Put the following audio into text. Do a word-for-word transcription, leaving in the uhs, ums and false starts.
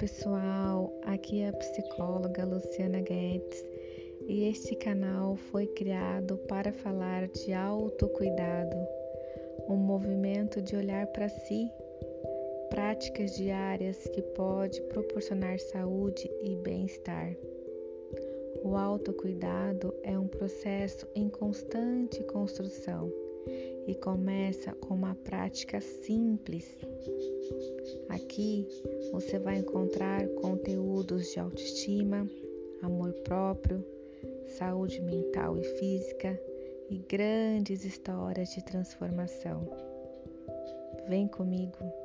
pessoal, aqui é a psicóloga Luciana Guedes e este canal foi criado para falar de autocuidado, um movimento de olhar para si, práticas diárias que pode proporcionar saúde e bem-estar. O autocuidado é um processo em constante construção e começa com uma prática simples. Aqui você vai encontrar conteúdos de autoestima, amor próprio, saúde mental e física e grandes histórias de transformação. Vem comigo!